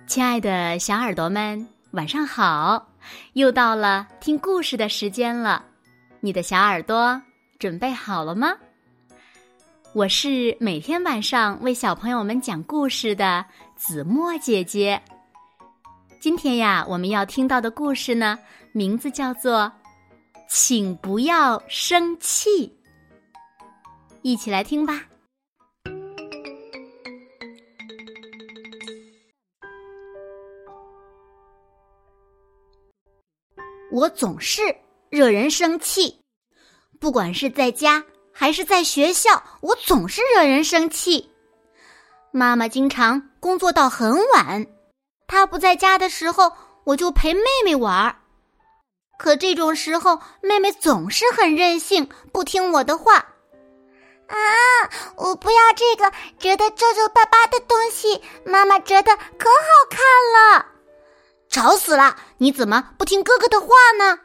亲爱的小耳朵们，晚上好！又到了听故事的时间了，你的小耳朵准备好了吗？我是每天晚上为小朋友们讲故事的子墨姐姐。今天呀，我们要听到的故事呢，名字叫做《请不要生气》，一起来听吧。 我总是惹人生气，不管是在家还是在学校，我总是惹人生气。妈妈经常工作到很晚，她不在家的时候，我就陪妹妹玩。可这种时候，妹妹总是很任性，不听我的话。我不要这个折得皱皱巴巴的东西，妈妈折得可好看了。吵死了！你怎么不听哥哥的话呢？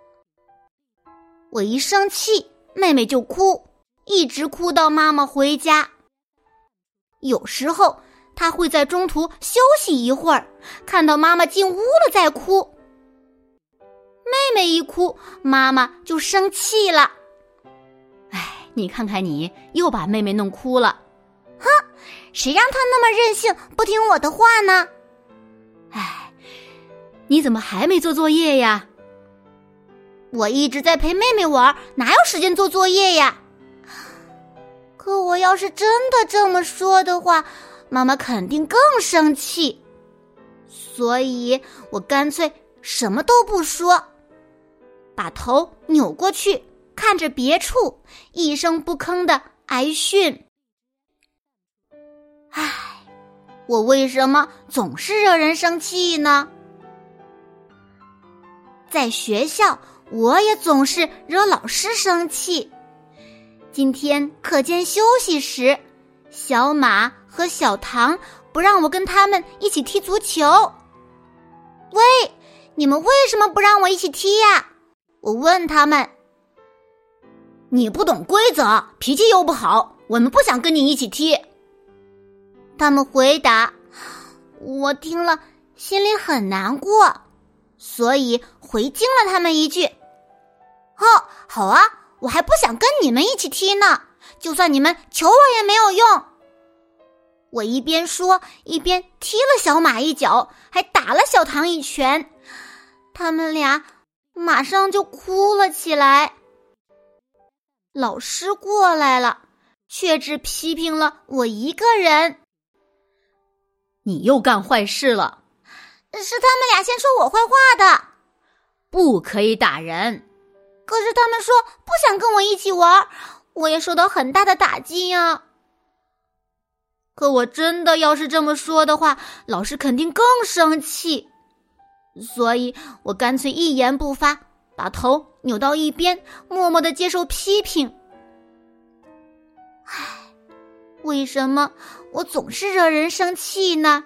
我一生气，妹妹就哭，一直哭到妈妈回家。有时候她会在中途休息一会儿，看到妈妈进屋了再哭。妹妹一哭，妈妈就生气了。 你看看你，又把妹妹弄哭了。 哼，谁让她那么任性，不听我的话呢？ 你怎么还没做作业呀？ 我一直在陪妹妹玩，哪有时间做作业呀？可我要是真的这么说的话，妈妈肯定更生气。所以我干脆什么都不说，把头扭过去，看着别处，一声不吭的挨训。我为什么总是惹人生气呢？在学校，我也总是惹老师生气。今天课间休息时，小马和小唐不让我跟他们一起踢足球。喂，你们为什么不让我一起踢呀？我问他们。你不懂规则，脾气又不好，我们不想跟你一起踢。他们回答。我听了心里很难过，所以回敬了他们一句。好啊，我还不想跟你们一起踢呢，就算你们求我也没有用。我一边说一边踢了小马一脚，还打了小唐一拳，他们俩马上就哭了起来。老师过来了，却只批评了我一个人。 你又干坏事了。 是他们俩先说我坏话的。 不可以打人。 可是他们说不想跟我一起玩，我也受到很大的打击呀。可我真的要是这么说的话，老师肯定更生气。所以我干脆一言不发，把头扭到一边，默默地接受批评。为什么我总是惹人生气呢？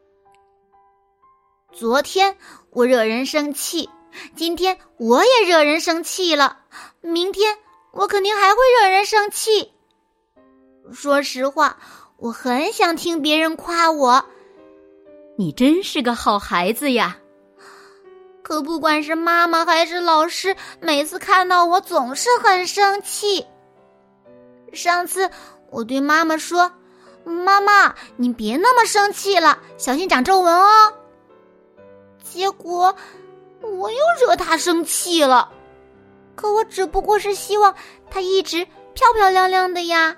昨天我惹人生气，今天我也惹人生气了，明天我肯定还会惹人生气。说实话，我很想听别人夸我。 你真是个好孩子呀。 可不管是妈妈还是老师，每次看到我总是很生气。上次我对妈妈说，妈妈，你别那么生气了，小心长皱纹哦。结果我又惹她生气了，可我只不过是希望她一直漂漂亮亮的呀。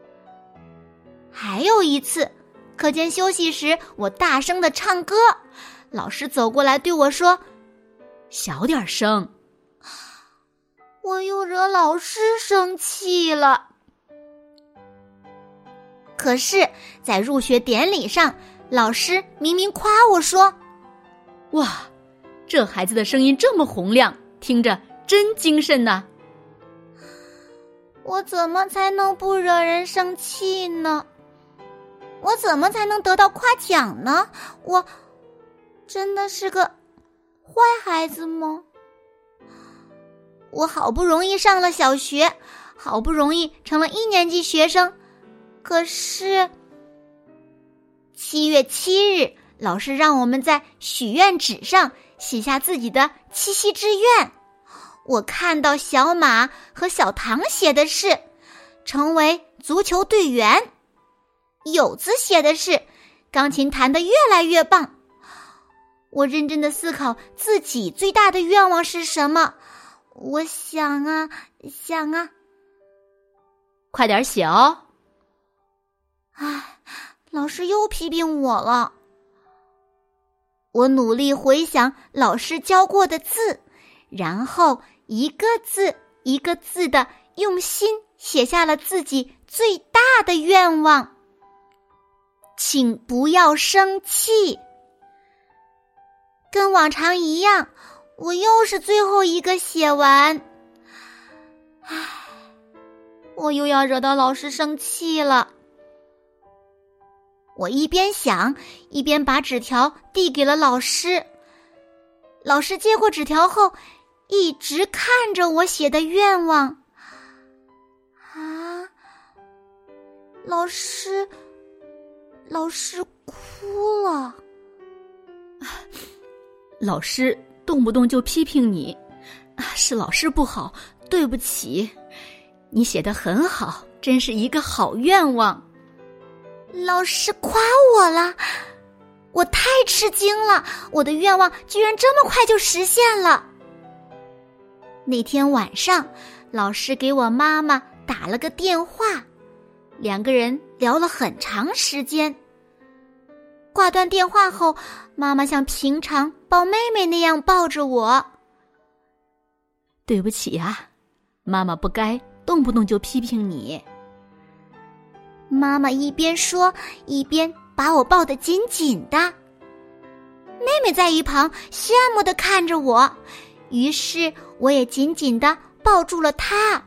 还有一次，课间休息时，我大声地唱歌，老师走过来对我说， 小点声。 我又惹老师生气了。可是在入学典礼上，老师明明夸我说， 哇，这孩子的声音这么洪亮，听着真精神呢。 我怎么才能不惹人生气呢？我怎么才能得到夸奖呢？我真的是个坏孩子吗？我好不容易上了小学，好不容易成了1年级学生，可是7月7日老师让我们在许愿纸上写下自己的7夕之愿。我看到小马和小唐写的是成为足球队员，有字写的是钢琴弹得越来越棒。我认真地思考自己最大的愿望是什么。我想啊， 快点写哦。 唉，老师又批评我了。我努力回想老师教过的字，然后一个字一个字的用心写下了自己最大的愿望。请不要生气。跟往常一样，我又是最后一个写完。唉，我又要惹到老师生气了。我一边想，一边把纸条递给了老师。老师接过纸条后，一直看着我写的愿望。啊，老师哭了。 老师动不动就批评你，是老师不好，对不起。你写得很好，真是一个好愿望。 老师夸我了，我太吃惊了，我的愿望居然这么快就实现了。那天晚上，老师给我妈妈打了个电话，2个人聊了很长时间。挂断电话后，妈妈像平常抱妹妹那样抱着我。 对不起啊，妈妈不该动不动就批评你。 妈妈一边说，一边把我抱得紧紧的。妹妹在一旁羡慕地看着我，于是我也紧紧地抱住了她。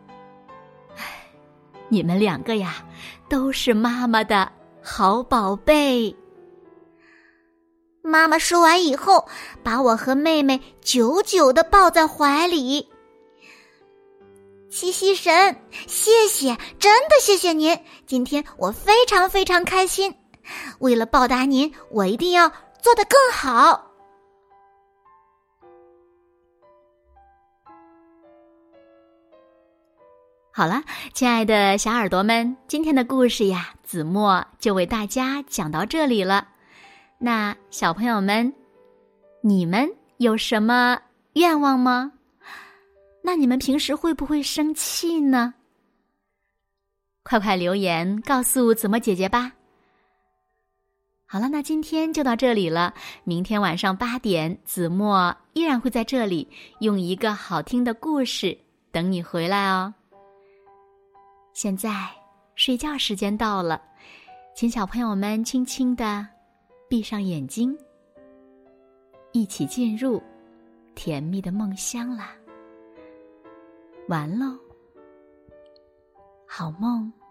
你们2个呀，都是妈妈的好宝贝。 妈妈说完以后，把我和妹妹久久地抱在怀里。七夕神，谢谢，真的谢谢您！今天我非常非常开心。为了报答您，我一定要做得更好。 好了，亲爱的小耳朵们，今天的故事呀，子墨就为大家讲到这里了。那小朋友们，你们有什么愿望吗？那你们平时会不会生气呢？快快留言告诉子墨姐姐吧。好了，那今天就到这里了。明天晚上8点，子墨依然会在这里用一个好听的故事等你回来哦。现在睡觉时间到了，请小朋友们轻轻地闭上眼睛，一起进入甜蜜的梦乡啦。完喽，好梦。